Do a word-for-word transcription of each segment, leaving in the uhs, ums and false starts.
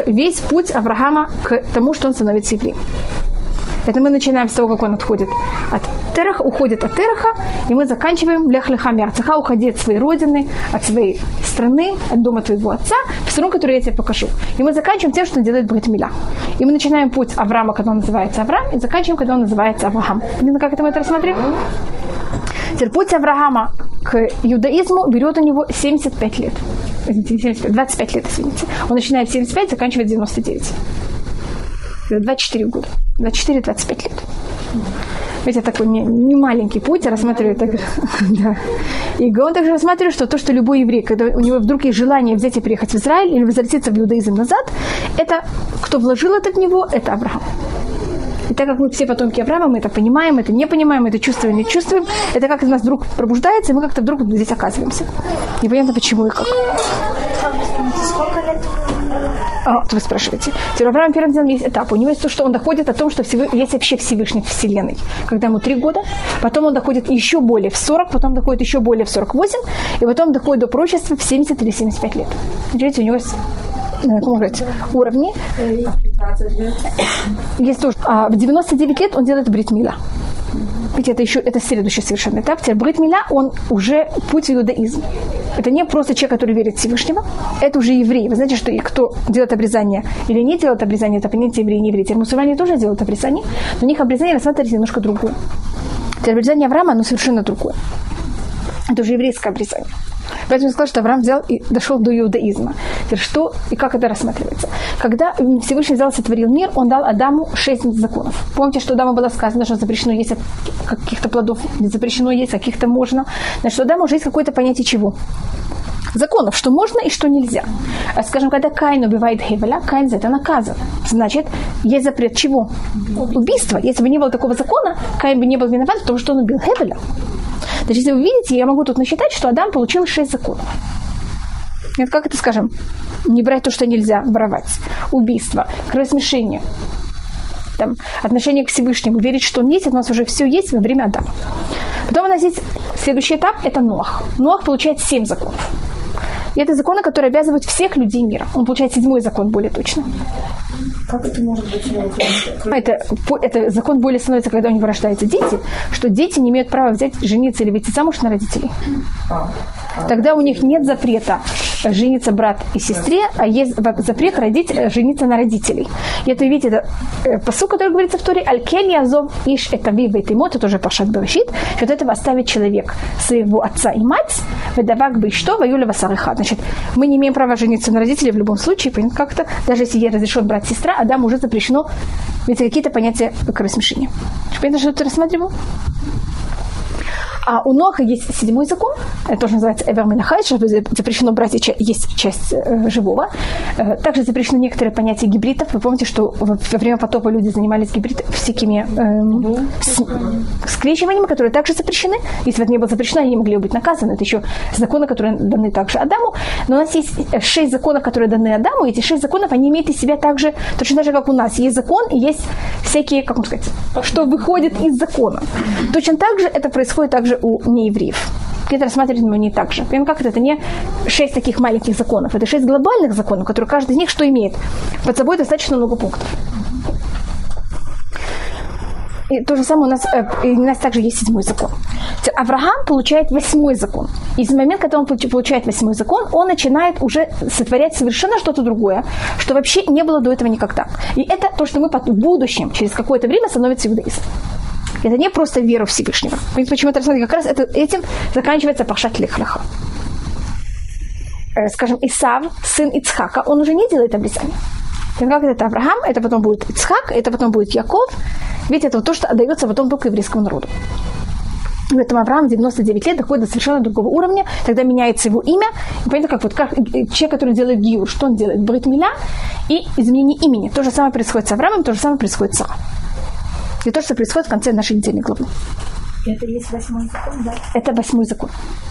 весь путь Авраама к тому, что он становится евреем. Это мы начинаем с того, как он отходит от Тераха, уходит от Тераха, и мы заканчиваем Лех-Леха Миарцеха, уходи от своей родины, от своей страны, от дома твоего отца, в страну, которую я тебе покажу. И мы заканчиваем тем, что он делает Брит Миля. И мы начинаем путь Авраама, когда он называется Авраам, и заканчиваем, когда он называется Авраам. Понятно, как это мы это рассматриваем? Теперь путь Авраама к иудаизму берет у него семьдесят пять лет. семьдесят пять, двадцать пять лет, извините. Он начинает в семьдесят пять, заканчивает в девяносто девять. двадцать четыре года. двадцать четыре - двадцать пять лет. Ведь это такой не, не маленький путь, рассматривает так. Да. И он также рассматривает, что то, что любой еврей, когда у него вдруг есть желание взять и приехать в Израиль или возвратиться в иудаизм назад, это, кто вложил это в него, это Авраам. И так как мы все потомки Авраама, мы это понимаем, это не понимаем, это чувствуем, не чувствуем, это как из нас вдруг пробуждается, и мы как-то вдруг здесь оказываемся. Непонятно почему и как. Сколько лет? А, вот вы спрашиваете. Теперь Авраам первым делом есть этап. У него есть то, что он доходит о том, что всего, есть вообще Всевышний в Вселенной. Когда ему три года, потом он доходит еще более в сорок, потом доходит еще более в сорок восемь, и потом доходит до пророчества в семьдесят или семьдесят пять лет. Видите, у него есть, как можно сказать, уровни. Есть тоже. А в девяносто девять лет он делает Брит Миля. Ведь это еще это следующий совершенно этап. Теперь Брит Миля, он уже путь в иудаизм. Это не просто человек, который верит в Всевышнего, это уже еврей. Вы знаете, что и кто делает обрезание или не делает обрезание, это понятие евреи и не евреи. Теперь мусульмане тоже делают обрезание, но у них обрезание рассматривается немножко другое. Теперь обрезание Авраама, оно совершенно другое. Это уже еврейское обрезание. Поэтому я сказала, что Авраам взял и дошел до иудаизма. Теперь что и как это рассматривается? Когда Всевышний взял и сотворил мир, он дал Адаму шесть законов. Помните, что Адаму было сказано, что запрещено есть от каких-то плодов, не запрещено есть, каких-то можно. Значит, у Адама уже есть какое-то понятие чего? Законов, что можно и что нельзя. Скажем, когда Каин убивает Хевеля, Каин за это наказан. Значит, есть запрет чего? Убийства. Если бы не было такого закона, Каин бы не был виноват, потому что он убил Хевеля. Значит, если вы видите, я могу тут насчитать, что Адам получил шесть законов. Это как это, скажем, не брать то, что нельзя, воровать, убийство, кровосмешение, там, отношение к Всевышнему, верить, что он есть, это у нас уже все есть во время Адама. Потом у нас есть следующий этап, это Ноах. Ноах получает семь законов. И это законы, которые обязывают всех людей мира. Он получает седьмой закон более точно. Как это может быть? Это, это закон более становится, когда у него рождаются дети, что дети не имеют права взять, жениться или выйти замуж на родителей. Тогда у них нет запрета жениться брат и сестре, а есть запрет родить, жениться на родителей. И это, видите, это пасук, который говорится в Торе, «Аль-кен язов иш этави вейтимо», это тоже Паршат Берешит, что от этого оставит человек своего отца и мать, «Ведавак бы что, ваюля васариха». Значит, мы не имеем права жениться на родителей в любом случае, как-то, даже если ей разрешен брат и сестра, Адаму уже запрещено, ведь какие-то понятия кровосмешения. Понятно, что ты рассматривал? А у Ноаха есть седьмой закон, это тоже называется Эвер Менахай, что запрещено брать есть часть э, живого. Э, также запрещено некоторые понятия гибридов. Вы помните, что во время потопа люди занимались гибрид, всякими э, с, скрещиваниями, которые также запрещены. Если бы это не было запрещено, они не могли быть наказаны. Это еще законы, которые даны также Адаму. Но у нас есть шесть законов, которые даны Адаму, и эти шесть законов, они имеют из себя также, точно так же, как у нас. Есть закон, и есть всякие, как можно сказать, что выходит из закона. Точно так же это происходит также у неевреев. Это рассматривать мы не так же. Понимаете, как это? Это не шесть таких маленьких законов. Это шесть глобальных законов, которые каждый из них что имеет? Под собой достаточно много пунктов. И то же самое у нас, э, у нас также есть седьмой закон. Авраам получает восьмой закон. И в момент, когда он получает восьмой закон, он начинает уже сотворять совершенно что-то другое, что вообще не было до этого никогда. И это то, что мы в будущем, через какое-то время, становится иудаизмом. Это не просто вера Всевышнего. Понимаете, почему это рассматривается? Как раз это, этим заканчивается Паршат Лех-Леха. Э, скажем, Исав, сын Ицхака, он уже не делает обрезания. Как это Авраам, это потом будет Ицхак, это потом будет Яков. Ведь это вот то, что отдается потом только еврейскому народу. И поэтому Авраам в девяносто девять лет доходит до совершенно другого уровня, тогда меняется его имя. И понятно, как вот как человек, который делает гиур, что он делает? Брит Миля и изменение имени. То же самое происходит с Авраамом, то же самое происходит с Сарой. И то, что происходит в конце нашей недельной главы. Это есть восьмой закон, да? Это восьмой закон.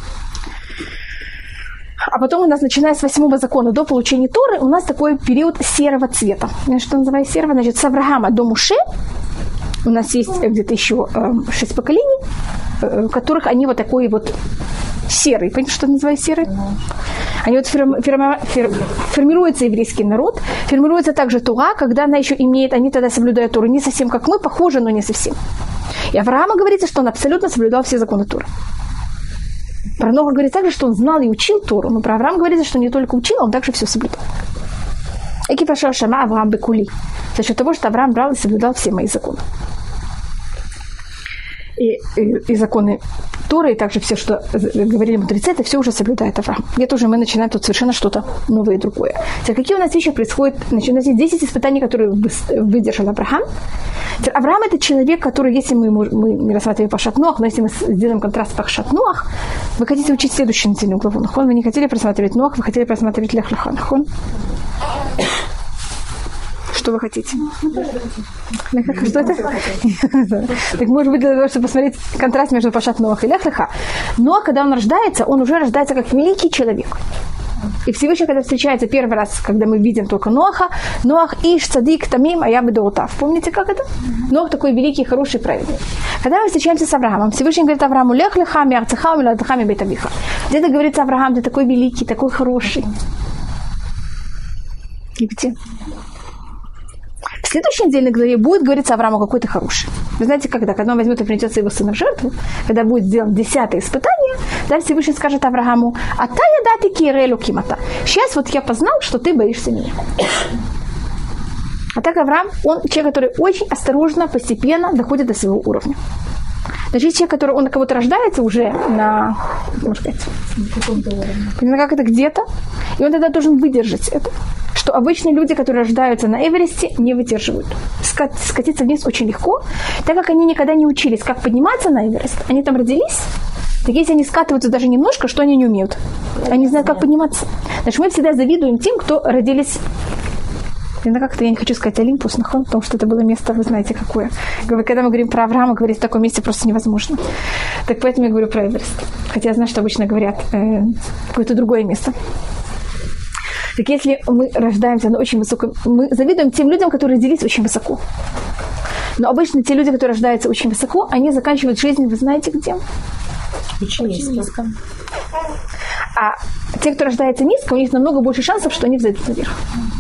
А потом у нас, начиная с восьмого закона до получения Торы, у нас такой период серого цвета. Что называется серого? Значит, с Авраама до Муше у нас есть где-то еще э, шесть поколений, э, которых они вот такой вот серый. Понимаете, что называется серый? Mm-hmm. Они вот фирм, фирм, фирм, формируется еврейский народ, формируется также Тора, когда она еще имеет, они тогда соблюдают Тору не совсем как мы, похожи, но не совсем. И Авраама говорится, что он абсолютно соблюдал все законы Торы. Про Ноха говорится также, что он знал и учил Тору, но про Авраама говорится, что он не только учил, он также все соблюдал. Эки пошел Шама Авраам Бекули. За счет того, что Авраам брал и соблюдал все мои законы. И, и, и законы Торы, и также все, что говорили мудрецы, это все уже соблюдает Авраам. Где-то уже мы начинаем тут совершенно что-то новое и другое. Теперь, какие у нас вещи происходят? Значит, у нас есть десять испытаний, которые выдержал Авраам. Теперь, Авраам – это человек, который, если мы, мы, мы рассматриваем Пашат Ноах, но если мы сделаем контраст Пашат Ноах, вы хотите учить следующую недельную главу. Нахон, вы не хотели просматривать Ноах, вы хотели просматривать Лех Леха. Нахон? Что вы хотите? Что это? Так может быть для того, чтобы посмотреть контраст между Пашат Ноах и Лех Леха. Но когда он рождается, он уже рождается как великий человек. И Всевышний, когда встречается первый раз, когда мы видим только Ноаха, Ноах иш цадик тамим, а я бы доутав. Помните, как это? Ноах такой великий, хороший, праведный. Когда мы встречаемся с Авраамом, Всевышний говорит Аврааму: Лех Леха, миарцеха, миладаха, мибетавиха. Где-то говорится: Авраам, ты такой великий, такой хороший. И где? В следующей недельной главе будет говориться Аврааму, какой ты хороший. Вы знаете, когда? Когда он возьмет и принесет своего сына в жертву, когда будет сделано десятое испытание, да, Всевышний скажет Аврааму: а та я да ты кирелю кимата. Сейчас вот я познал, что ты боишься меня. А так Авраам, он человек, который очень осторожно, постепенно доходит до своего уровня. Значит, есть человек, который, он на кого-то рождается уже на, можно сказать, на как это где-то, и он тогда должен выдержать это. Что обычные люди, которые рождаются на Эвересте, не выдерживают. Скат, скатиться вниз очень легко, так как они никогда не учились, как подниматься на Эверест. Они там родились, так если они скатываются даже немножко, что они не умеют? Они не знают, как подниматься. Значит, мы всегда завидуем тем, кто родились... Я как-то я не хочу сказать Олимпус, нахон, потому что это было место, вы знаете, какое. Когда мы говорим про Авраама, говорить в таком месте просто невозможно. Так поэтому я говорю про Эверест. Хотя я знаю, что обычно говорят э, какое-то другое место. Так если мы рождаемся на очень высоком... Мы завидуем тем людям, которые родились очень высоко. Но обычно те люди, которые рождаются очень высоко, они заканчивают жизнь, вы знаете, где? Очень низко. А те, кто рождается низко, у них намного больше шансов, что они взойдут наверх.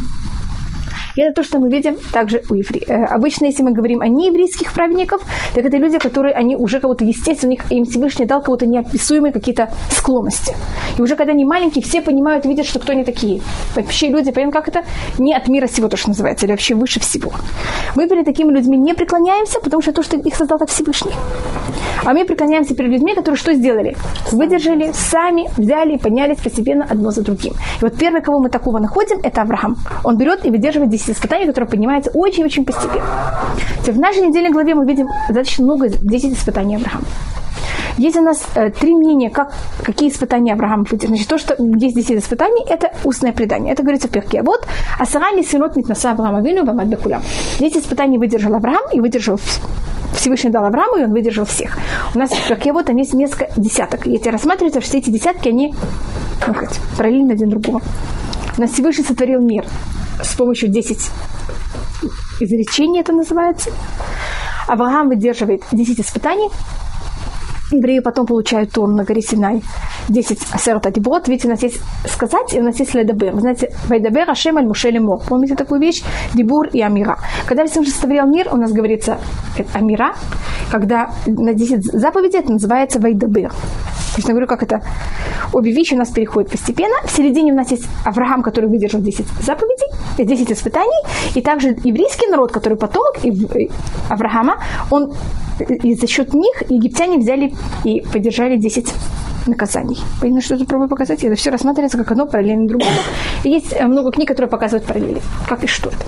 И это то, что мы видим также у евреев. Обычно, если мы говорим о нееврейских праведников, так это люди, которые, они уже кого-то, естественно, у них, им Всевышний дал кого-то неописуемые какие-то склонности. И уже когда они маленькие, все понимают, видят, что кто они такие. Вообще люди, понимаем, как это? Не от мира сего, то, что называется, или вообще выше всего. Мы перед такими людьми не преклоняемся, потому что то, что их создал так Всевышний. А мы преклоняемся перед людьми, которые что сделали? Выдержали, сами взяли и поднялись постепенно одно за другим. И вот первый, кого мы такого находим, это Авраам. Он берет и выдерживает десять испытаний, которые поднимаются очень-очень постепенно. В нашей недельной главе мы видим достаточно много десять испытаний Авраама. Есть у нас э, три мнения, как, какие испытания Авраам выдержал. Значит, то, что есть десять испытаний, это устное предание. Это говорится в Перке. А вот «Асарами синот митнаса Авраама вину вамад бекулям». десять испытаний выдержал Авраам и выдержал Всевышний дал Аврааму, и он выдержал всех. У нас в Перке вот есть несколько десяток. Если рассматривается, что все эти десятки, они ну, хоть, параллельно один другому. У нас Всевышний сотворил мир с помощью десяти изречений, это называется. Авраам выдерживает десять испытаний. Евреи потом получают Тору на горе Синай. десять асерот адиброт. Видите, у нас есть сказать, и у нас есть ледабер. Вы знаете, вайдабер ашем аль Моше лемор. Помните такую вещь? Дибур и амира. Когда Всевышний сотворил мир, у нас говорится амира. Когда на десять заповедей, это называется вайдабер. Я говорю, как это? Обе вещи у нас переходят постепенно. В середине у нас есть Авраам, который выдержал десять заповедей, десять испытаний. И также еврейский народ, который потомок Авраама, он, и за счет них египтяне взяли и поддержали десять наказаний. Понятно, что я тут пробую показать? Это все рассматривается как одно параллельно другому. И есть много книг, которые показывают параллели. Как и что это.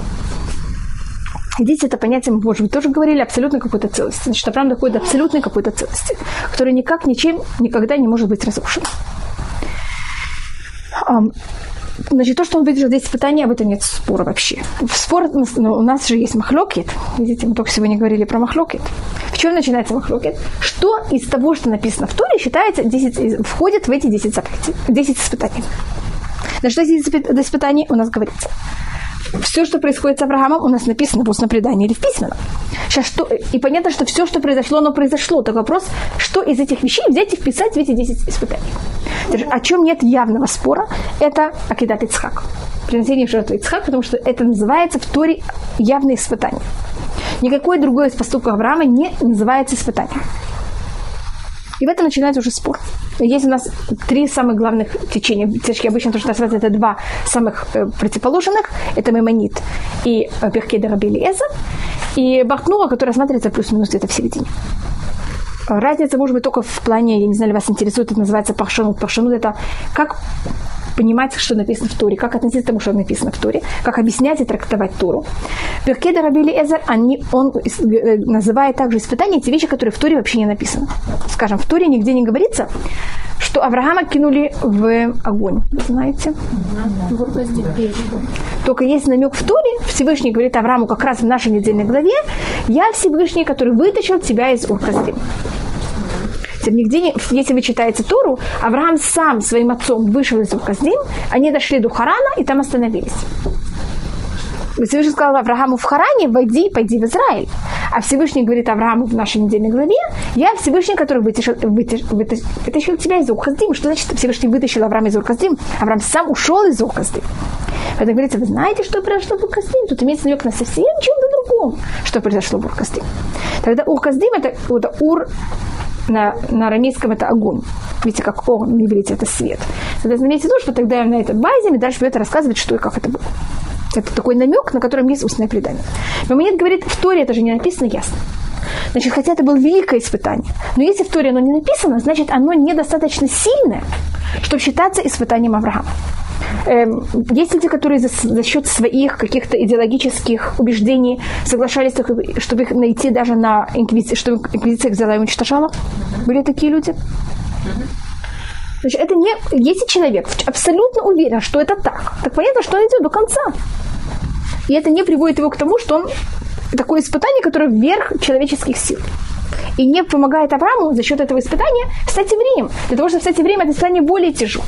Здесь это понятие, мы, может быть, тоже говорили, абсолютной какой-то целости. Значит, Авраам доходит до абсолютной какой-то целости, которая никак, ничем, никогда не может быть разрушена. Значит, то, что он выдержал здесь испытания, об этом нет спора вообще. Спор, ну, у нас же есть махлокет. Видите, мы только сегодня говорили про махлокет. В чем начинается махлокет? Что из того, что написано в Торе, считается, десять, входит в эти десять заповедей, десять испытаний. Значит, эти испытания у нас говорится. Все, что происходит с Авраамом, у нас написано в устном предании или в письменном. Сейчас что? И понятно, что все, что произошло, оно произошло. Так вопрос, что из этих вещей взять и вписать в эти десять испытаний. О чем нет явного спора, это акидат Ицхак. Принесение в жертву Ицхак, потому что это называется в Торе явные испытания. Никакое другое из поступков Авраама не называется испытанием. И в этом начинается уже спор. Есть у нас три самых главных течения. Обычно то, что называется, это два самых э, противоположных. Это Маймонид и э, Перкей де Раби Элиэзер. И Бахнура, который рассматривается плюс-минус где-то в середине. Разница может быть только в плане, я не знаю, ли вас интересует, это называется паршанут. Паршанут – это как понимать, что написано в Торе, как относиться к тому, что написано в Торе, как объяснять и трактовать Тору. Перкей де Раби Элиэзер, он называет также испытания те вещи, которые в Торе вообще не написаны. Скажем, в Торе нигде не говорится, что Авраама кинули в огонь. Вы знаете? Только есть намек в Торе. Всевышний говорит Аврааму как раз в нашей недельной главе: «Я Всевышний, который вытащил тебя из Ур-Касдим». Нигде не, если вы читаете Тору, Авраам сам своим отцом вышел из Ур-Касдим, они дошли до Харана и там остановились. Всевышний сказал Аврааму в Харане: «Войди, пойди в Израиль». А Всевышний говорит Аврааму в нашей недельной главе: «Я Всевышний, который вытащил, вытащил, вытащил, вытащил тебя из Ур-Касдим». Что значит Всевышний вытащил Авраама из Ур-Касдим? Авраам сам ушел из Ур-Касдим. Поэтому говорится: вы знаете, что произошло в Ур-Касдим? Тут имеется намек на совсем чем-то другом, что произошло в Ур-Касдим. Тогда Ур-Касдим – это, это Ур. На, на арамейском это огонь. Видите, как Ор на иврите это свет. Соответственно, имеется в виду, что тогда на этой базе мне дальше будет рассказывать, что и как это было. Это такой намек, на котором есть устное предание. Маймонид говорит, в Торе это же не написано ясно. Значит, хотя это было великое испытание, но если в Торе оно не написано, значит, оно недостаточно сильное, чтобы считаться испытанием Авраама. Эм, есть люди, которые за, за счет своих каких-то идеологических убеждений соглашались, чтобы их найти даже на инквизиции, чтобы инквизиция их взяла и уничтожала. Были такие люди? Значит, это не... Если человек абсолютно уверен, что это так, так понятно, что он идет до конца. И это не приводит его к тому, что он такое испытание, которое вверх человеческих сил. И не помогает Аврааму за счет этого испытания встать в Рим. Для того, чтобы встать в Рим, это испытание более тяжелое.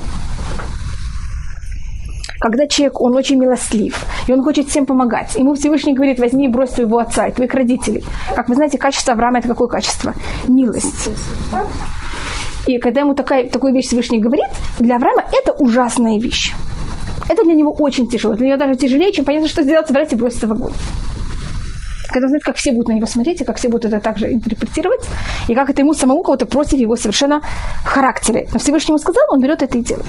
Когда человек, он очень милостлив, и он хочет всем помогать. Ему Всевышний говорит: возьми и брось твоего отца и твоих родителей. Как вы знаете, качество Авраама – это какое качество? Милость. И когда ему такая, такую вещь Всевышний говорит, для Авраама это ужасная вещь. Это для него очень тяжело. Для него даже тяжелее, чем понятно, что сделать, собрать и броситься в огонь. Когда он знает, как все будут на него смотреть, и как все будут это также интерпретировать, и как это ему самому кого-то против его совершенно характера. Но Всевышний ему сказал, он берет это и делает.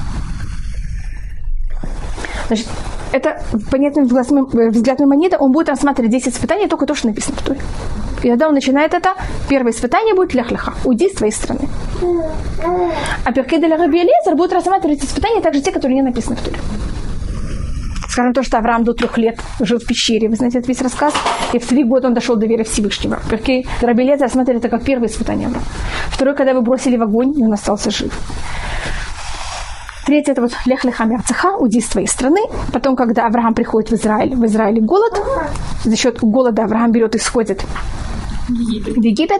Значит, это понятный взгляд Маймонида, он будет рассматривать десять испытаний, только то, что написано в Торе. И когда он начинает это, первое испытание будет лях-леха, уйди с твоей страны. А Перкей де Раби Элиэзер будет рассматривать испытания также те, которые не написаны в Торе. Скажем, то, что Авраам до трех лет жил в пещере, вы знаете, это весь рассказ, и в три года он дошел до веры Всевышнего. Перкей де Раби Элиэзер рассматривает это как первое испытание Авраама. Второе, когда его бросили в огонь, и он остался жив. Третье – это вот лех-леха мерцеха, уйди с твоей страны. Потом, когда Авраам приходит в Израиль, в Израиле голод, за счет голода Авраам берет и сходит в Египет.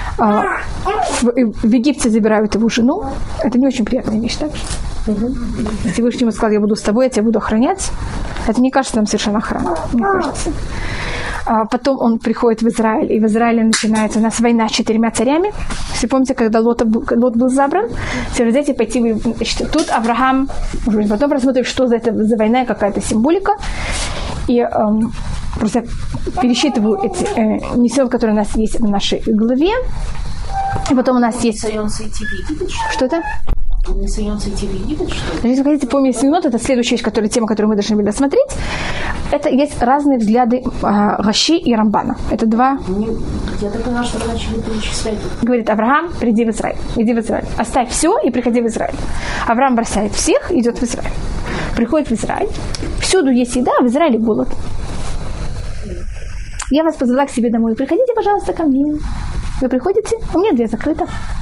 В Египте забирают его жену. Это не очень приятная вещь, так? Всевышний ему сказал: я буду с тобой, я тебя буду охранять. Это не кажется нам совершенно охрана, мне кажется. А потом он приходит в Израиль, и в Израиле начинается у нас война с четырьмя царями. Все помните, когда Лот, Лот был забран? Все взять и пойти. Значит, тут Авраам, может быть, потом рассмотрим, что за это за война, какая-то символика. И эм, просто пересчитываю эти э, несет, которые у нас есть в нашей главе. И потом у нас есть... Что это? Если вы хотите помнить минут, это следующая вещь, которая, тема, которую мы должны были рассмотреть. Это есть разные взгляды а, Раши и Рамбана. Это два... Я так поняла, что вы начали перечислять. Говорит Авраам: приди в Израиль. Иди в Израиль. Оставь все и приходи в Израиль. Авраам бросает всех, идет в Израиль. Приходит в Израиль. Всюду есть еда, а в Израиле голод. Я вас позвала к себе домой. Приходите, пожалуйста, ко мне. Вы приходите? У меня дверь закрыта.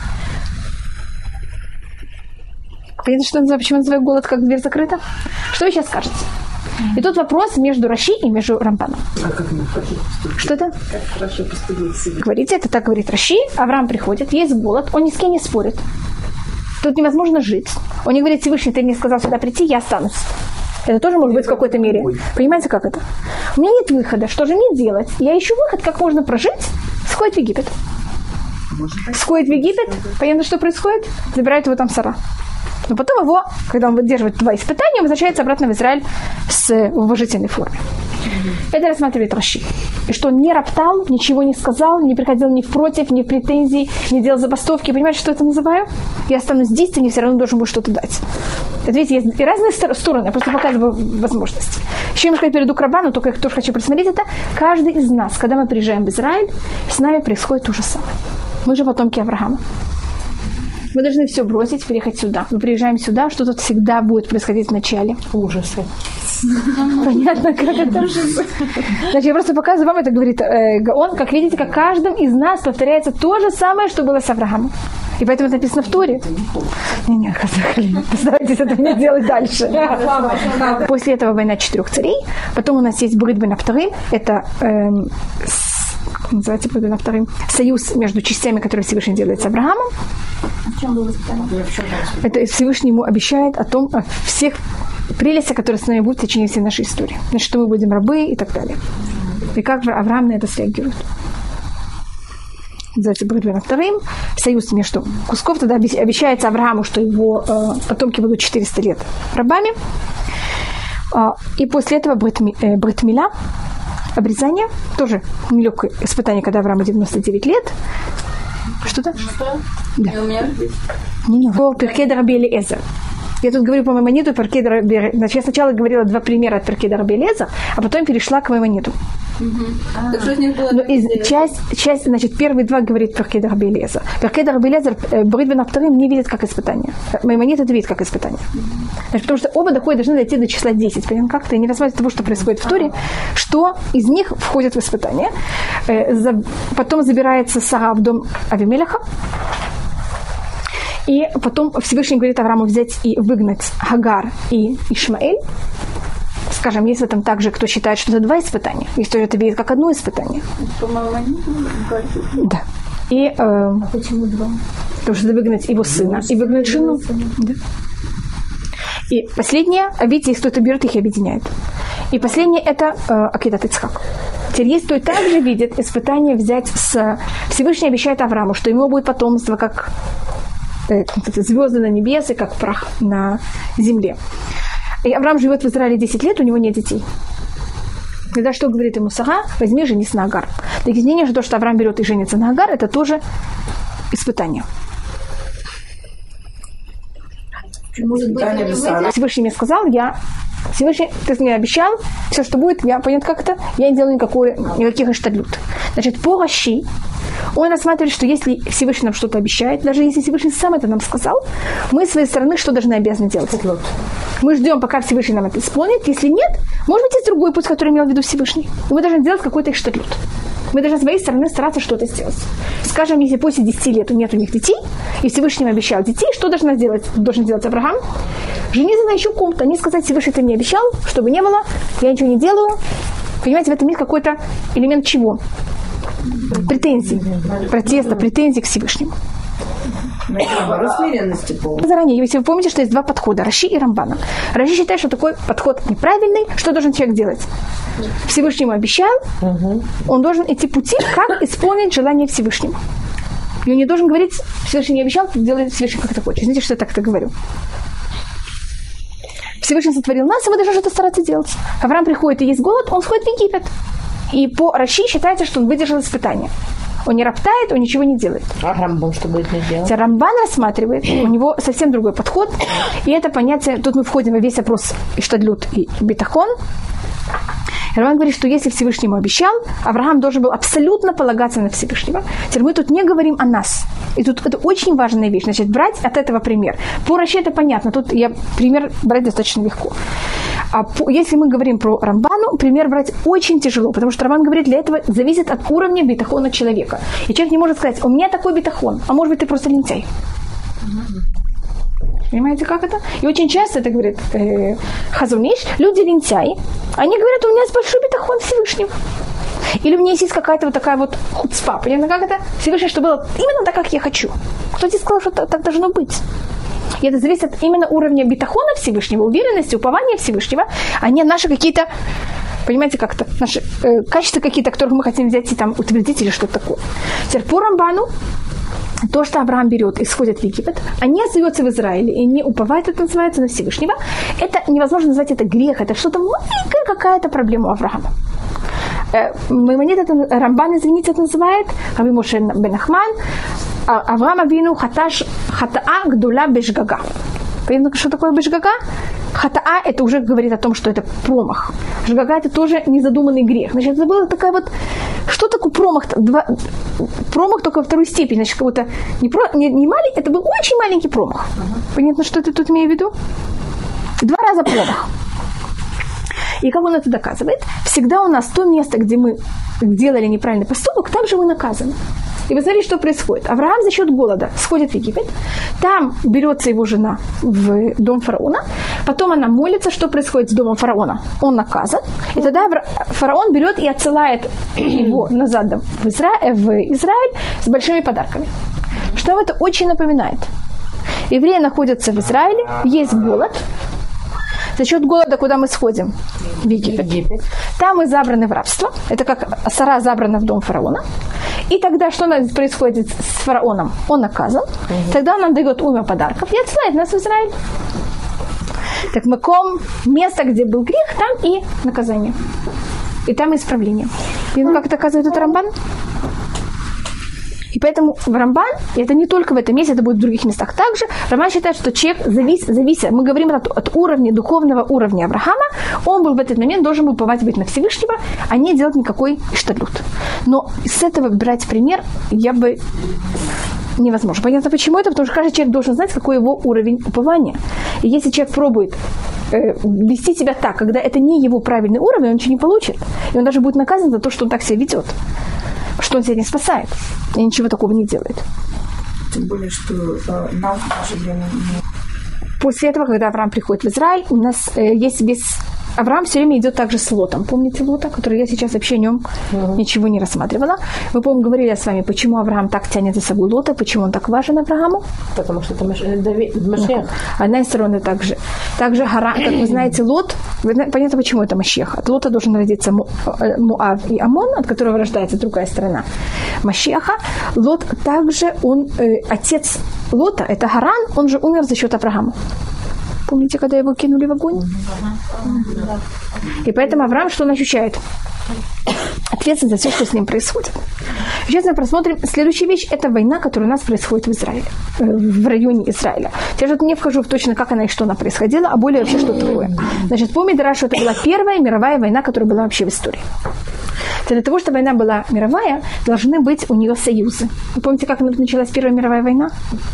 Понятно, что называю, почему называю голод, как дверь закрыта? Что вы сейчас скажете? И тут вопрос между Раши и между Рамбаном. А как мы Что это? Как Раши поступил с этим? Говорите, это так говорит Раши. Авраам приходит, есть голод, он ни с кем не спорит. Тут невозможно жить. Он не говорит: Всевышний, ты мне сказал сюда прийти, я останусь. Это тоже может быть в какой-то мере. Понимаете, как это? У меня нет выхода. Что же мне делать? Я ищу выход, как можно прожить. Сходит в Египет. Сходит в Египет. Понятно, что происходит? Забирают его там Сара. Но потом его, когда он выдерживает два испытания, он возвращается обратно в Израиль с уважительной формой. Mm-hmm. Это рассматривает Раши. И что он не роптал, ничего не сказал, не приходил ни в против, ни в претензии, не делал забастовки. Понимаете, что это называю? Я останусь здесь, ты мне все равно должен будет что-то дать. Это, видите, есть и разные стороны, я просто показываю возможности. Еще немножко я перейду к Рабану, только я тоже хочу просмотреть это. Каждый из нас, когда мы приезжаем в Израиль, с нами происходит то же самое. Мы же потомки Авраама. Мы должны все бросить, переехать сюда. Мы приезжаем сюда, что тут всегда будет происходить в начале. Ужасы. Понятно, как это? Значит, я просто показываю вам, это говорит э, Гаон. Как видите, как каждым из нас повторяется то же самое, что было с Авраамом. И поэтому это написано в Торе. Не-не, постарайтесь это не делать дальше. После этого война четырех царей. Потом у нас есть Брит бен Авторим. Это э, как называется Брит бен Авторим? Союз между частями, которые Всевышний делает с Авраамом. В чем было испытание? Это Всевышний ему обещает о том, о всех прелестях, которые с нами будут в течение всей нашей истории. Значит, что мы будем рабы и так далее. И как Авраам на это среагирует. Называется Брит бен Авторим. Союз между кусков. Тогда обещается Аврааму, что его э, потомки будут четыреста лет рабами. Э, и после этого Брит, э, Брит Миля, обрезание. Тоже нелегкое испытание, когда Аврааму девяносто девять лет. Что-то? Что? Да. И у меня? Не-не. По Перкей де Раби Элиэзер. Я тут говорю по Маймониту, Перкей де Раби Элиэзер. Значит, я сначала говорила два примера от Перкей де Раби Элиэзер, а потом перешла к Маймониту. А, так что из них было? Но из, часть, часть, значит, первые два говорит Перкей де Раби Элиэзер. Перкей де Раби Элиэзер, Брит бен Авторим не видит как испытание. Маймонит это видит как испытание. Значит, потому что оба доходят, должны дойти до числа десять. Понятно, как-то и не рассматривать того, что происходит в Торе, что из них входит в испытание. Потом забирается Сара в дом Авимелеха. И потом Всевышний говорит Аврааму взять и выгнать Хагар и Ишмаэль. Скажем, есть в этом также, кто считает, что это два испытания. Есть кто это видит как одно испытание. По-моему, они да. И, э, а почему два? потому что это выгнать его сына и выгнать жену. Да. И последнее, а видите, если кто-то берет, их и объединяет. И последнее это э, Акидат Ицхак. Теперь есть кто также видит испытание взять с... Всевышний обещает Аврааму, что ему будет потомство, как звезды на небесе, как прах на земле. И Авраам живет в Израиле десять лет, у него нет детей. Тогда что говорит ему Сара? Возьми, женись на Агар. Такие мнения, что то, что Авраам берет и женится на Агар, это тоже испытание. Может быть, они выйдут? Всевышний мне сказал, я... Всевышний, ты мне обещал, все, что будет, я понят как это, я не делаю никакой, никаких эштадлют. Значит, по Раши он рассматривает, что если Всевышний нам что-то обещает, даже если Всевышний сам это нам сказал, мы с своей стороны что должны обязаны делать? Мы ждем, пока Всевышний нам это исполнит. Если нет, может быть, есть другой путь, который имел в виду Всевышний. И мы должны сделать какой-то эштадлют. Мы должны с своей стороны стараться что-то сделать. Скажем, если после десяти лет нет у них детей, и Всевышний обещал детей, что должна сделать, должен сделать Авраам? Жениться на еще ком-то, не сказать: Всевышний, ты мне обещал, чтобы не было, я ничего не делаю. Понимаете, в этом есть какой-то элемент чего? Претензий, протеста, претензий к Всевышнему. Заранее, если вы помните, что есть два подхода, Раши и Рамбана. Раши считает, что такой подход неправильный. Что должен человек делать? Всевышнему обещал, он должен идти пути, как исполнить желание Всевышнего. И он не должен говорить: Всевышний не обещал, делай Всевышний как ты хочешь. Знаете, что я так-то говорю? Всевышний сотворил нас, и мы должны что-то стараться делать. Авраам приходит и есть голод, он сходит в Египет. И по Раши считается, что он выдержал испытание. Он не роптает, он ничего не делает. А Рамбан что будет не делать? Рамбан рассматривает, у него совсем другой подход. И это понятие, тут мы входим во весь опрос Иштадлют и Битахон. Рамбан говорит, что если Всевышний ему обещал, Авраам должен был абсолютно полагаться на Всевышнего. Теперь мы тут не говорим о нас. И тут это очень важная вещь. Значит, брать от этого пример. По Раши это понятно. Тут я пример брать достаточно легко. А по, если мы говорим про Рамбану, пример брать очень тяжело. Потому что Рамбан говорит, для этого зависит от уровня битахона человека. И человек не может сказать: у меня такой битахон, а может быть ты просто лентяй. Понимаете, как это? И очень часто это говорит э, Хазон Иш, люди лентяи, они говорят: у меня есть большой битахон Всевышнего. Или у меня есть какая-то вот такая вот хуцпа. Понятно, как это? Всевышний, что было именно так, как я хочу. Кто тебе сказал, что так, так должно быть? И это зависит от именно уровня битахона Всевышнего, уверенности, упования Всевышнего, а не наши какие-то Понимаете, как-то наши э, качества какие-то, которых мы хотим взять и там утвердить или что-то такое. Теперь по Рамбану то, что Авраам берет и сходит в Египет, а не остается в Израиле и не уповает, это называется, на Всевышнего, это невозможно назвать это грех, это что-то маленькая какая-то проблема у Авраама. Маймонид это, Рамбан, извините, это называет, Раби Моше бен Ахман, Авраам Авину хаташ хатаа гдула бешгага. Понятно, что такое бешгага? Хатаа это уже говорит о том, что это промах. Жгага это тоже незадуманный грех. Значит, это была такая вот, что такое промах? Два, промах только во второй степени. Значит, как будто не, про, не, не маленький, это был очень маленький промах. Понятно, что ты тут имею в виду? Два раза промах. И как он это доказывает? Всегда у нас то место, где мы делали неправильный поступок, там же мы наказаны. И вы знаете, что происходит? Авраам за счет голода сходит в Египет, там берется его жена в дом фараона, потом она молится, что происходит с домом фараона. Он наказан, и тогда фараон берет и отсылает его назад в Израиль, в Израиль с большими подарками. Что вам это очень напоминает? Евреи находятся в Израиле, есть голод. За счет голода, куда мы сходим? В Египет. Египет. Там мы забраны в рабство. Это как Сара забрана в дом фараона. И тогда что происходит с фараоном? Он наказан. Угу. Тогда он нам дает уйму подарков и отсылает нас в Израиль. Так маком, место, где был грех, там и наказание. И там и исправление. И ну, как это доказывает этот Рамбан? И поэтому в Рамбан, и это не только в этом месте, это будет в других местах также, Рамбан считает, что человек завис, зависит, мы говорим от, от уровня, духовного уровня Авраама, он был в этот момент должен был уповать быть на Всевышнего, а не делать никакой штадлут. Но с этого брать пример я бы невозможно. Понятно, почему это? Потому что каждый человек должен знать, какой его уровень упования. И если человек пробует э, вести себя так, когда это не его правильный уровень, он ничего не получит. И он даже будет наказан за то, что он так себя ведет. Что он себя не спасает и ничего такого не делает. Тем более, что э, нам в наше время не... После этого, когда Авраам приходит в Израиль, у нас э, есть весь... Авраам все время идет также с Лотом. Помните Лота, который я сейчас вообще о нем uh-huh. ничего не рассматривала? Мы, по-моему, говорили с вами, почему Авраам так тянет за собой Лота, почему он так важен Аврааму? Потому что это Машех. Одна из сторон также. Также Харан, как вы знаете, Лот, вы знаете, понятно, почему это Машех. От Лота должен родиться Муав и Амон, от которого рождается другая страна Машеха. Лот также, он, э, отец Лота, это Харан, он же умер за счет Авраама. Помните, когда его кинули в огонь? И поэтому Авраам, что он ощущает? Ответственность за все, что с ним происходит. Сейчас мы просмотрим следующую вещь. Это война, которая у нас происходит в Израиле, в районе Израиля. Я же не вхожу в точно, как она и что она происходила, а более вообще, что такое. Значит, помните, Раш, что это была первая мировая война, которая была вообще в истории. Для того, чтобы война была мировая, должны быть у нее союзы. Вы помните, как началась Первая мировая война?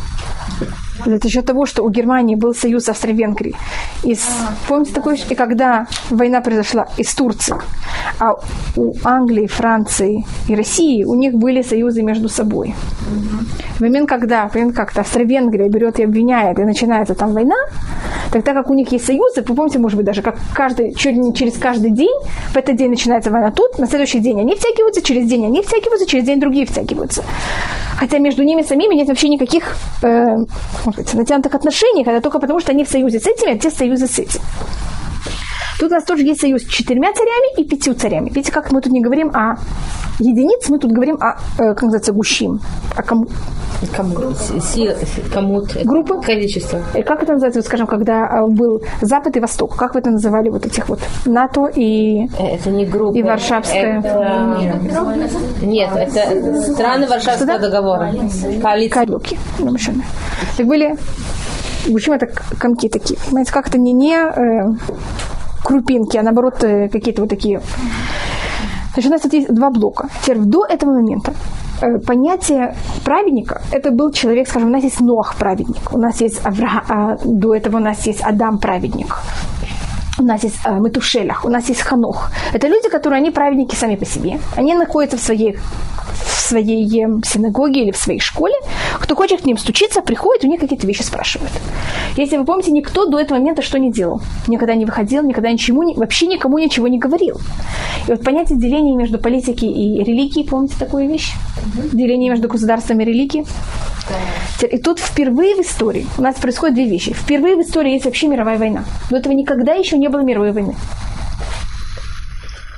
За счет того, что у Германии был союз Австро-Венгрии. Из, помните такое, и когда война произошла из Турции, а у Англии, Франции и России у них были союзы между собой. Mm-hmm. В момент, когда как-то Австро-Венгрия берет и обвиняет, и начинается там война, так, так как у них есть союзы, вы помните, может быть, даже как каждый, чуть не через каждый день, в этот день начинается война тут, на следующий день они втягиваются, через день они втягиваются, через день другие втягиваются. Хотя между ними самими нет вообще никаких э, натянутых отношений, когда только потому, что они в союзе с этими, а те в союзе с этим. Тут у нас тоже есть союз с четырьмя царями и пятью царями. Видите, как мы тут не говорим о единиц, мы тут говорим о, э, как называется, гущим. О кому? Кому? Сила, кому? Группы? Количество. И как это называется, вот, скажем, когда был Запад и Восток? Как вы это называли, вот этих вот НАТО и... Это не группа. И Варшавская. Это... Нет, это страны Варшавского договора. Коалиция. Коалиции. Так были... Почему это комки такие? Понимаете, как это не, не э, крупинки, а наоборот э, какие-то вот такие. Значит, у нас тут есть два блока. Теперь до этого момента э, понятие праведника, это был человек, скажем, у нас есть Ноах праведник, у нас есть Авраам, а до этого у нас есть Адам праведник. У нас есть э, Метушелах, у нас есть Ханох. Это люди, которые, они праведники сами по себе. Они находятся в своей, в своей синагоге или в своей школе. Кто хочет к ним стучиться, приходит, у них какие-то вещи спрашивают. Если вы помните, никто до этого момента что не делал. Никогда не выходил, никогда ничему, вообще никому ничего не говорил. И вот понятие деления между политикой и религией, помните такую вещь? Mm-hmm. Деление между государством и религией. Mm-hmm. И тут впервые в истории у нас происходят две вещи. Впервые в истории есть вообще мировая война. До этого никогда еще не было мировой войны.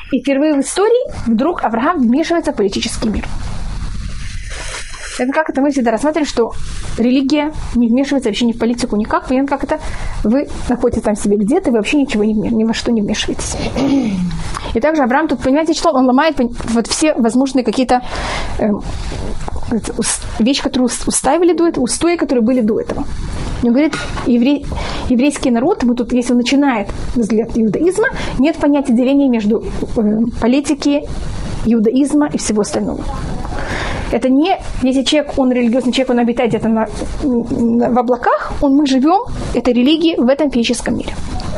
И впервые в истории вдруг Авраам вмешивается в политический мир. Это как это мы всегда рассматриваем, что религия не вмешивается вообще ни в политику, никак. Понятно, как это вы находитесь там себе где-то, вы вообще ничего не, ни во что не вмешиваетесь. И также Авраам тут, понимаете, что он ломает вот все возможные какие-то э, вещи, которые устаивали до этого, устои, которые были до этого. Он говорит, еврей, еврейский народ, вот тут, если он начинает взгляд иудаизма, нет понятия деления между э, политики, иудаизма и всего остального. Это не, если человек, он религиозный человек, он обитает где-то на, на, в облаках, он, мы живем этой религии в этом физическом мире.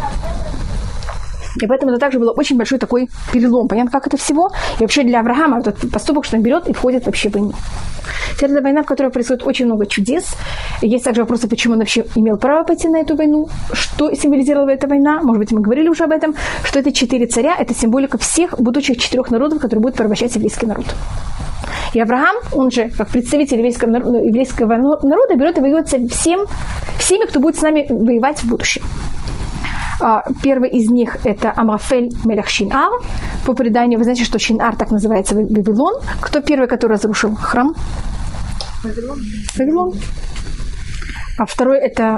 И поэтому это также был очень большой такой перелом. Понятно, как это всего? И вообще для Авраама этот поступок, что он берет и входит вообще в войну. Теперь это война, в которой происходит очень много чудес. Есть также вопросы, почему он вообще имел право пойти на эту войну, что символизировала эта война. Может быть, мы говорили уже об этом, что это четыре царя, это символика всех будущих четырех народов, которые будут порабощать еврейский народ. И Авраам, он же, как представитель еврейского народа, еврейского народа берет и воюет со всем, всеми, кто будет с нами воевать в будущем. Первый из них – это Амрафель мелех Шинар. По преданию, вы знаете, что Шинар так называется Вавилон. Кто первый, который разрушил храм? Вавилон. Вавилон. А второй – это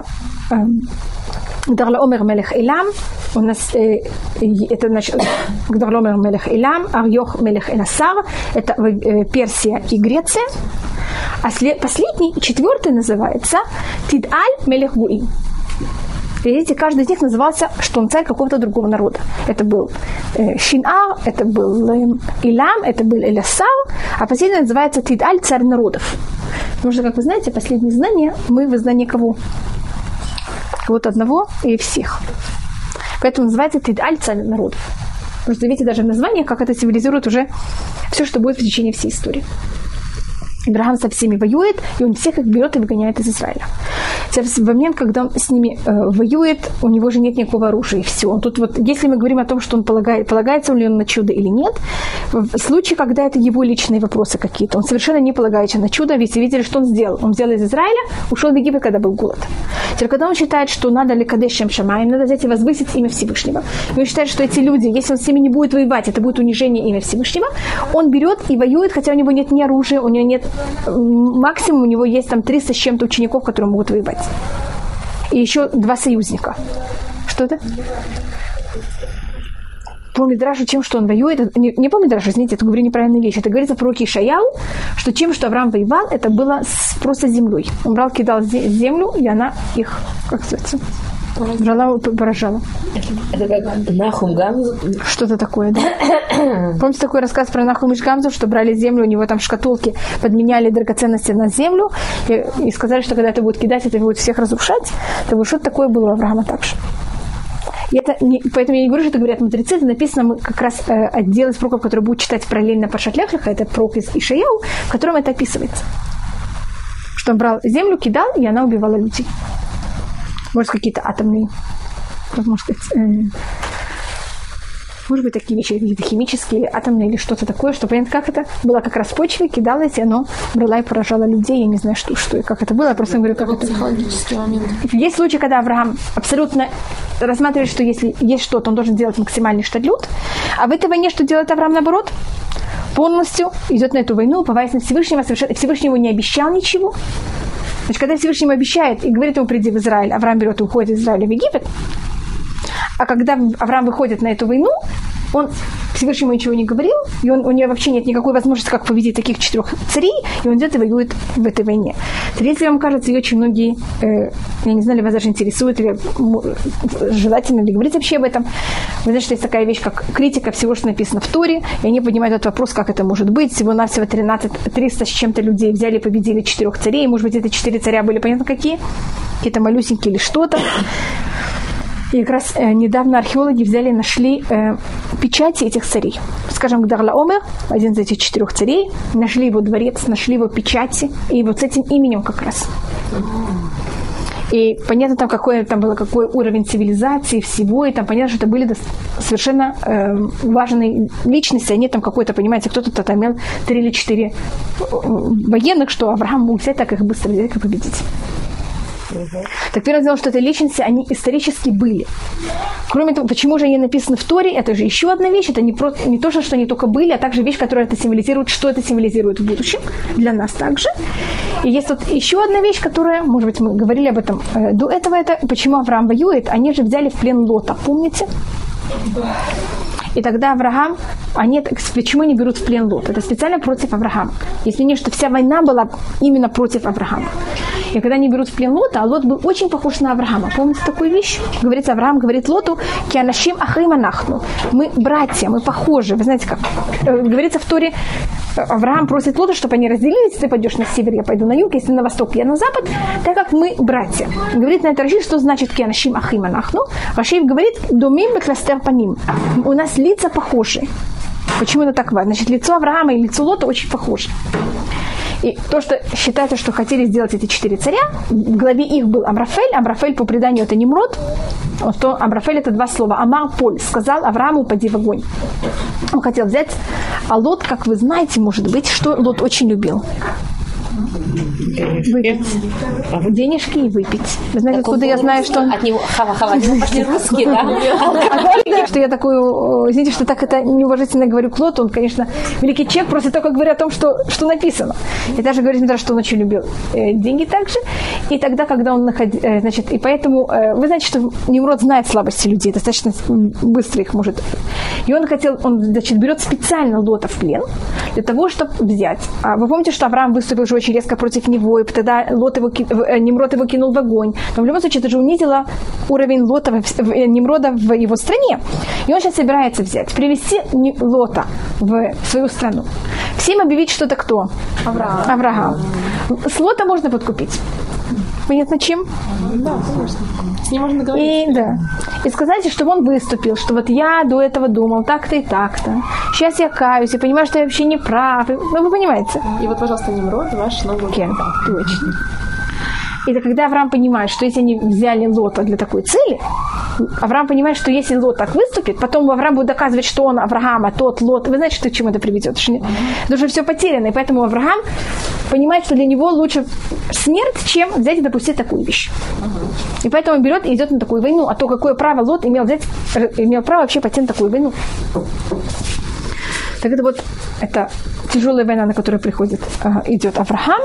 Гдарлаомер мелех Элам. У нас э, это значит Гдарлаомер мелех Элам, Арьох мелех Эласар. Это э, Персия и Греция. А след, последний, четвертый называется Тидаль мелех Гуим. Видите, каждый из них назывался, что он царь какого-то другого народа. Это был э, Шинар, это был э, Илам, это был Эласар, а последний называется Тидаль, царь народов. Потому что, как вы знаете, последние знания, мы в знании кого? Кого-то одного и всех. Поэтому называется Тидаль, царь народов. Потому что, видите, даже название, как это символизирует уже все, что будет в течение всей истории. Авраам со всеми воюет, и он всех их берет и выгоняет из Израиля. В момент, когда он с ними э, воюет, у него же нет никакого оружия, и все. Он тут вот, если мы говорим о том, что он полагает, полагается ли он на чудо или нет, в случае, когда это его личные вопросы какие-то, он совершенно не полагается на чудо, ведь видели, что он сделал. Он взял из Израиля, ушел в Египет, когда был голод. Теперь, когда он считает, что надо ли кадеш шем шамаим, надо взять и возвысить имя Всевышнего, и он считает, что эти люди, если он с ними не будет воевать, это будет унижение имя Всевышнего, он берет и воюет, хотя у него нет ни оружия, у него нет максимум, у него есть там триста с чем-то учеников, которые могут воевать. И еще два союзника. Что это? По Мидраши, чем что он воюет, не, не по Мидраши, извините, это говорю неправильную вещь, это говорится в пророке Ишаяу, что чем, что Авраам воевал, это было с, просто землей. Он брал, кидал землю, и она их, как называется, брала, поражала. Это как Нахум Гамзу? Что-то такое, да. Помните такой рассказ про Нахум Иш Гамзу, что брали землю, у него там шкатулки, подменяли драгоценности на землю, и, и сказали, что когда это будет кидать, это будет всех разрушать. Так вот, что-то такое было у Авраама также. И это не, поэтому я не говорю, что это говорят мудрецы, это написано как раз э, отдел из пророков, который будет читать параллельно Паршат Лех Леха, это пророк из Ишаяу, в котором это описывается. Что он брал землю, кидал, и она убивала людей. Может, какие-то атомные, может сказать, э, может быть, такие вещи, какие-то химические, или атомные, или что-то такое, что, понятно, как это было как раз в почве, кидалось, и оно брала и поражало людей. Я не знаю, что, что и как это было, я просто говорю, как это... Психологический момент. Есть случаи, когда Авраам абсолютно рассматривает, что если есть что-то, он должен делать максимальный штадлют, а в этой войне что делает Авраам наоборот? Полностью идет на эту войну, уповаясь на Всевышнего, совершенно... Всевышний ему не обещал ничего. Значит, когда Всевышний ему обещает и говорит ему, приди в Израиль, Авраам берет и уходит из Израиля в Египет, а когда Авраам выходит на эту войну, он Всевышнему ничего не говорил, и он, у него вообще нет никакой возможности, как победить таких четырех царей, и он идет и воюет в этой войне. Теперь, если вам кажется, ее очень многие, э, я не знаю, ли вас даже интересует, или желательно ли говорить вообще об этом, вы знаете, что есть такая вещь, как критика всего, что написано в Торе, и они поднимают этот вопрос, как это может быть. Всего-навсего тринадцать, триста с чем-то людей взяли и победили четырех царей, может быть, эти четыре царя были, понятно, какие? Какие-то малюсенькие или что-то. И как раз э, недавно археологи взяли и нашли э, печати этих царей. Скажем, Гдарлаомер, один из этих четырех царей, нашли его дворец, нашли его печати, и вот с этим именем как раз. И понятно, там, какой, там был какой уровень цивилизации, всего, и там понятно, что это были совершенно э, важные личности, они там какой-то, понимаете, кто-то там имел три или четыре военных, что Авраам мог взять, так их быстро взять и победить. Угу. Так первое дело, что эти личности, они исторически были. Кроме того, почему же они написаны в Торе, это же еще одна вещь, это не, просто, не то, что они только были, а также вещь, которая это символизирует, что это символизирует в будущем, для нас также. И есть тут еще одна вещь, которая, может быть, мы говорили об этом э, до этого, это почему Авраам воюет, они же взяли в плен Лота, помните? И тогда Авраам, они, почему они берут в плен Лот? Это специально против Авраама. Если не, что вся война была именно против Авраама. И когда они берут в плен Лота, а Лот был очень похож на Авраама. Помните такую вещь? Говорится, Авраам говорит Лоту, «Кианашим ахим анахну». Мы братья, мы похожи. Вы знаете как? Говорится в Торе, Авраам просит Лота, чтобы они разделились. Ты пойдешь на север, я пойду на юг. Если на восток, я на запад. Так как мы братья. Говорит на это Раши, что значит «Кианашим ахим анахну». Раши говорит «Домим бекластер паним». У нас лица похожи. Почему это так важно? Значит, лицо Авраама и лицо Лота очень похожи. И то, что считается, что хотели сделать эти четыре царя, в главе их был Амрафель. Амрафель, по преданию, это Немрод. То Амрафель — это два слова. Амар Поль сказал Аврааму: упади в огонь. Он хотел взять. А Лот, как вы знаете, может быть, что Лот очень любил? Выпить. Денежки и выпить. Вы знаете, так откуда я знаю, что он... От него хава-хава, от него пошли русские, да? Что я такую... Извините, что так это неуважительно говорю к Лоту. Он, конечно, великий человек, просто только говорю о том, что, что написано. И даже говорит, что он очень любил деньги также. И тогда, когда он находил... Значит, и поэтому... Вы знаете, что Немрод знает слабости людей. Достаточно быстро их может... И он хотел... Он, значит, берет специально Лота в плен для того, чтобы взять. А вы помните, что Авраам выступил уже очень резко против него, и тогда Лот его, Немрод его кинул в огонь. Но в любом случае это же унизило уровень Лота, Немрода в его стране. И он сейчас собирается взять, привести Лота в свою страну. Всем объявить, что это кто? Авраам. Авраам. С Лота можно подкупить. Понятно, чем? Да, конечно. С ним можно договориться. И, да. И сказать, чтобы он выступил, что вот я до этого думал так-то и так-то. Сейчас я каюсь, и понимаю, что я вообще не прав. Ну, вы понимаете? И вот, пожалуйста, Немрод, ваш новый... Кен, точно. И это когда Авраам понимает, что если они взяли Лота для такой цели, Авраам понимает, что если Лот так выступит, потом Авраам будет доказывать, что он Авраам, а тот Лот. Вы знаете, что к чему это приведет? Потому что все потеряно. И поэтому Авраам понимает, что для него лучше смерть, чем взять и допустить такую вещь. И поэтому он берет и идет на такую войну. А то, какое право Лот имел взять, имел право вообще пойти на такую войну. Так это вот это тяжелая война, на которую приходит, идет Авраам.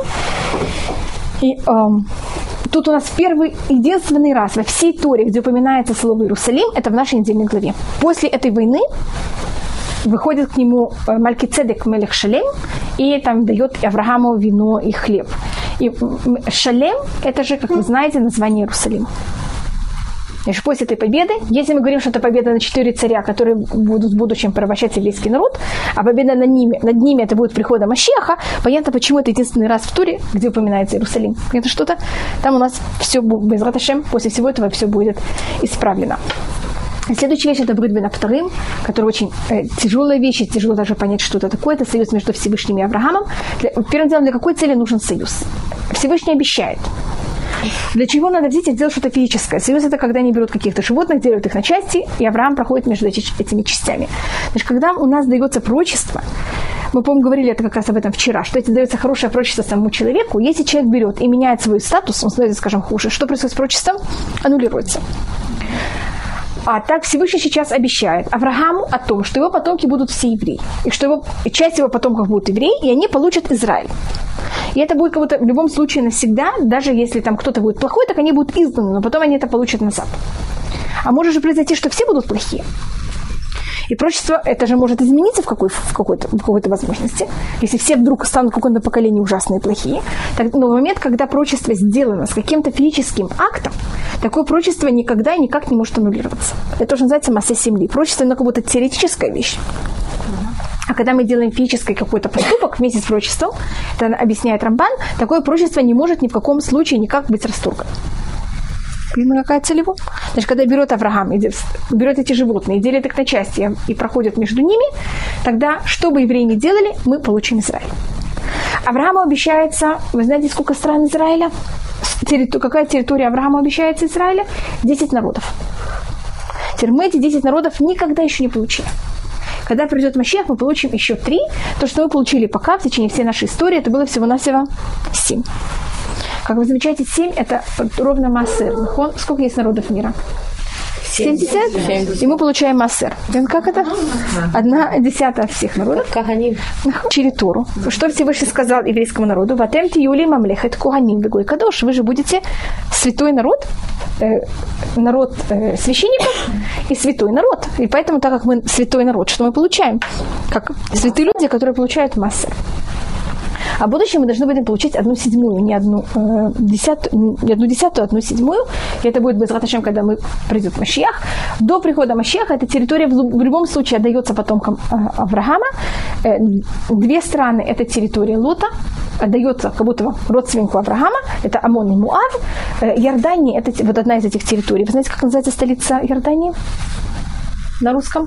И эм, тут у нас первый, единственный раз во всей Торе, где упоминается слово Иерусалим, это в нашей недельной главе. После этой войны выходит к нему Малькицедек мелех Шалем и там дает Аврааму вино и хлеб. И Шалем – это же, как вы знаете, название Иерусалима. Значит, после этой победы, если мы говорим, что это победа на четыре царя, которые будут в будущем порабощать еврейский народ, а победа над ними, над ними это будет приходом Машиаха, понятно, почему это единственный раз в Торе, где упоминается Иерусалим. Это что-то, там у нас все, безрат Ашем, после всего этого все будет исправлено. Следующая вещь – это брит бен Авторим, которая очень э, тяжелая вещь, и тяжело даже понять, что это такое. Это союз между Всевышним и Авраамом. Для, первым делом, для какой цели нужен союз? Всевышний обещает. Для чего надо взять и сделать что-то физическое? Союз – это когда они берут каких-то животных, делят их на части, и Авраам проходит между этими частями. Значит, когда у нас дается пророчество, мы, по-моему, говорили это как раз об этом вчера, что это дается хорошее пророчество самому человеку, если человек берет и меняет свой статус, он становится, скажем, хуже, что происходит с пророчеством? Аннулируется. А так Всевышний сейчас обещает Аврааму о том, что его потомки будут все евреи, и что его, часть его потомков будут евреи, и они получат Израиль. И это будет как-то в любом случае навсегда, даже если там кто-то будет плохой, так они будут изгнаны, но потом они это получат назад. А может же произойти, что все будут плохие. И пророчество, это же может измениться в, какой, в, какой-то, в какой-то возможности. Если все вдруг станут в каком-то поколении ужасные и плохие. Так, но в момент, когда пророчество сделано с каким-то физическим актом, такое пророчество никогда и никак не может аннулироваться. Это тоже называется масса земли. Пророчество, оно как будто теоретическая вещь. А когда мы делаем физический какой-то поступок вместе с пророчеством, это объясняет Рамбан, такое пророчество не может ни в каком случае никак быть расторгано. Видно, какая цель его? Значит, когда берет Авраам, берет эти животные, и делит их на части и проходит между ними, тогда, что бы евреи ни делали, мы получим Израиль. Аврааму обещается, вы знаете, сколько стран Израиля? Какая территория Аврааму обещается Израиля? Десять народов. Теперь мы эти десять народов никогда еще не получили. Когда придет Машиах, мы получим еще три. То, что мы получили пока в течение всей нашей истории, это было всего-навсего семь. Как вы замечаете, семь – это ровно массер. Сколько есть народов мира? семьдесят? семьдесят. И мы получаем массер. Как это? Одна десятая всех народов. Каганим. Через Тору. Что Всевышний сказал еврейскому народу? «Ватем тиюли мамлехет куганим бегой кадош». Вы же будете святой народ, э, народ э, священников и святой народ. И поэтому, так как мы святой народ, что мы получаем? Как святые люди, которые получают массер. А в будущем мы должны будем получить одну седьмую, не одну э, десятую, не одну десятую, одну седьмую. И это будет Безрат Ашем, когда мы придет Машиах. До прихода Машиаха эта территория в, в любом случае отдается потомкам э, Авраама. Э, две страны – это территория Лота, отдается как будто родственнику Авраама. Это Амон и Муав. Э, Иордания – это вот одна из этих территорий. Вы знаете, как называется столица Иордании на русском?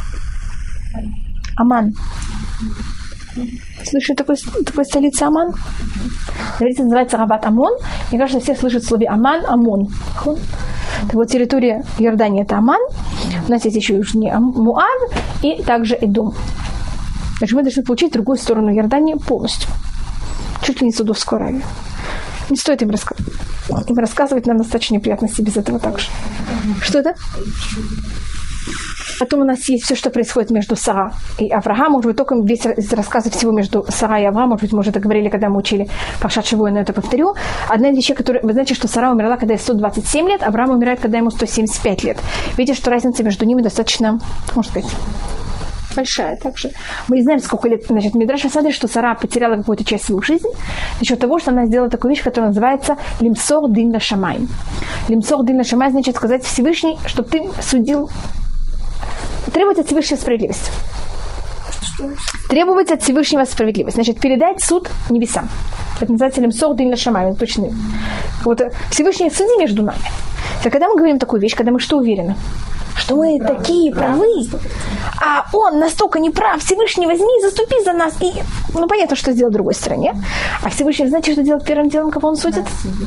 Аман. Слышали такой, такой столица Аман? Говорится, называется Рабат Амон. Мне кажется, все слышат в слове Аман, Амон. Так вот, территория Иордании – это Аман. У нас есть еще южнее Муав и также Эдом. Значит, мы должны получить другую сторону Иордании полностью. Чуть ли не Саудовскую Аравию. Не стоит им, раска... им рассказывать, нам достаточно неприятностей без этого также. Что это? Потом у нас есть все, что происходит между Сара и Авраамом. Может быть, только весь из рассказов всего между Сара и Авраамом. Может быть, мы уже это говорили, когда мы учили Паршат Шивуа, но это повторю. Одна из вещей, которые... Вы знаете, что Сара умерла, когда ей сто двадцать семь лет, Авраам умирает, когда ему сто семьдесят пять лет. Видите, что разница между ними достаточно, можно сказать, большая. Также мы не знаем, сколько лет. Значит, Мидраш рассказывает, что Сара потеряла какую-то часть своей жизни за счет того, что она сделала такую вещь, которая называется «Лимсор дин ла шамай». «Лимсор дин ла шамай» значит сказать Всевышний, чтобы ты судил. Требовать от Всевышнего справедливость. Требовать от Всевышнего справедливость. Значит, передать суд небесам. Это называется «Лимсор дин ла шамай». Точно. Вот Всевышний суди между нами. Так когда мы говорим такую вещь, когда мы что уверены? Что мы да, такие да, правы, а он настолько неправ, Всевышний возьми, заступи за нас. И, ну, понятно, что сделать в другой стране. А Всевышний, знаете, что делать первым делом, кого он судит?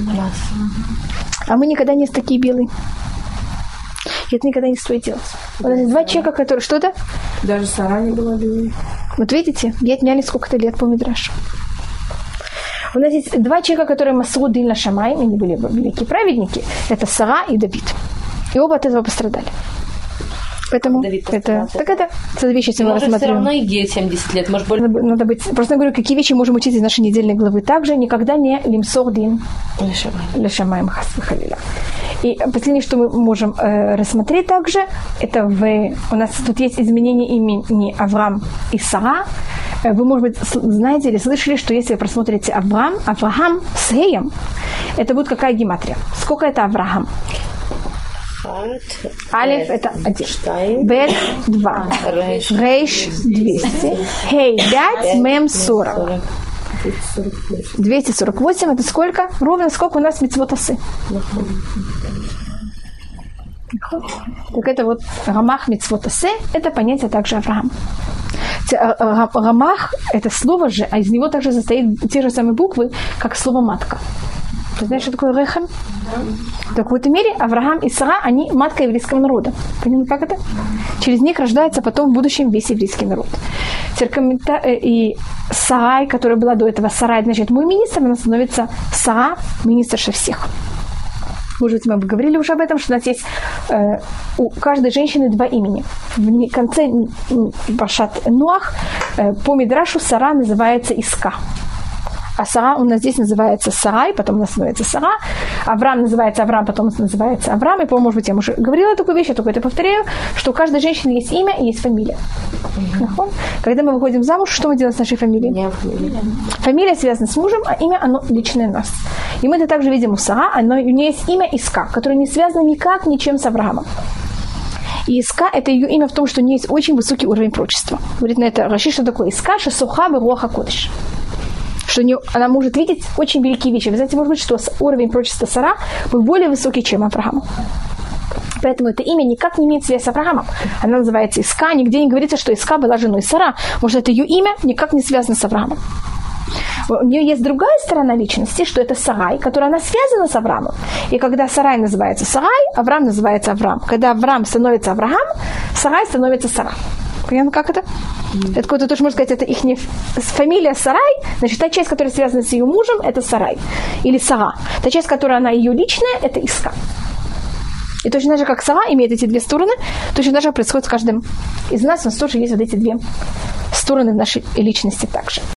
А мы никогда не такие белые. И это никогда не стоит делать. Вот это два человека, которые... Что-то? Даже Сара не была белой. Вот видите, ей отняли сколько-то лет по Мидрашу. У нас есть два человека, которые Масуд дин ла шамай, они были великие праведники. Это Сара и Давид. И оба от этого пострадали. Поэтому это... Так это... Это вещи, если мы рассмотрим. Может, все равно и ей семьдесят лет. Может, более... Надо, надо быть... Просто говорю, какие вещи можем учить из нашей недельной главы. Также никогда не лимсор дин ла шамай хас вехалиля. И последнее, что мы можем э, рассмотреть также, это в... У нас тут есть изменение имени Авраам и Сара. Вы, может быть, знаете или слышали, что если вы просмотрите Авраам, Авраам с Хеем, это будет какая гематрия? Сколько это Авраам? Алиф это один. Бет два. Рейш двести. Хей пять. Мем сорок. двести сорок восемь это сколько? Ровно сколько у нас мицвот асы. Так это вот рамах мицвот асе, это понятие также Авраам. Рамах это слово же, а из него также состоит те же самые буквы, как слово матка. Ты знаешь, что такое рехем? В какой-то мере Авраам и Сара, они матка еврейского народа. Понимаете, как это? Через них рождается потом в будущем весь еврейский народ. И Сарай, которая была до этого Сарай, значит, мой министр, она становится Сара, министрша всех. Может быть, мы говорили уже об этом, что у нас есть э, у каждой женщины два имени. В конце Паршат Ноах э, по Мидрашу Сара называется Иска. А Сара у нас здесь называется Сарай, потом у нас называется Сара. Авраам называется Авраам, потом у нас называется Авраам. И, по-моему, может быть, я уже говорила такую вещь, я только это повторяю, что у каждой женщины есть имя и есть фамилия. Mm-hmm. Когда мы выходим замуж, что мы делаем с нашей фамилией? Yeah, фамилия. Фамилия связана с мужем, а имя, оно личное нас. И мы это также видим у Сара, оно, у нее есть имя Иска, которое не связано никак ничем с Авраамом. И Иска, это ее имя в том, что у нее есть очень высокий уровень пророчества. Говорит на это Раши, что такое Иска, шесуха беруаха кодеш. Что не, она может видеть очень великие вещи. Вы знаете, может быть, что уровень пророчества Сара был более высокий, чем Авраама. Поэтому это имя никак не имеет связи с Авраамом. Она называется Иска. Нигде не говорится, что Иска была женой Сара. Может, это ее имя никак не связано с Авраамом. У нее есть другая сторона личности, что это Сарай, которая она связана с Авраамом. И когда Сарай называется Сарай, Авраам называется Авраам. Когда Авраам становится Авраам, Сарай становится Сара. Понятно, как это? Mm-hmm. Это кто-то тоже может сказать, это их не фамилия Сарай, значит, та часть, которая связана с ее мужем, это Сарай. Или Сара. Та часть, которая она ее личная, это Иска. И точно так же, как Сара имеет эти две стороны, точно так же происходит с каждым из нас. У нас тоже есть вот эти две стороны в нашей личности также.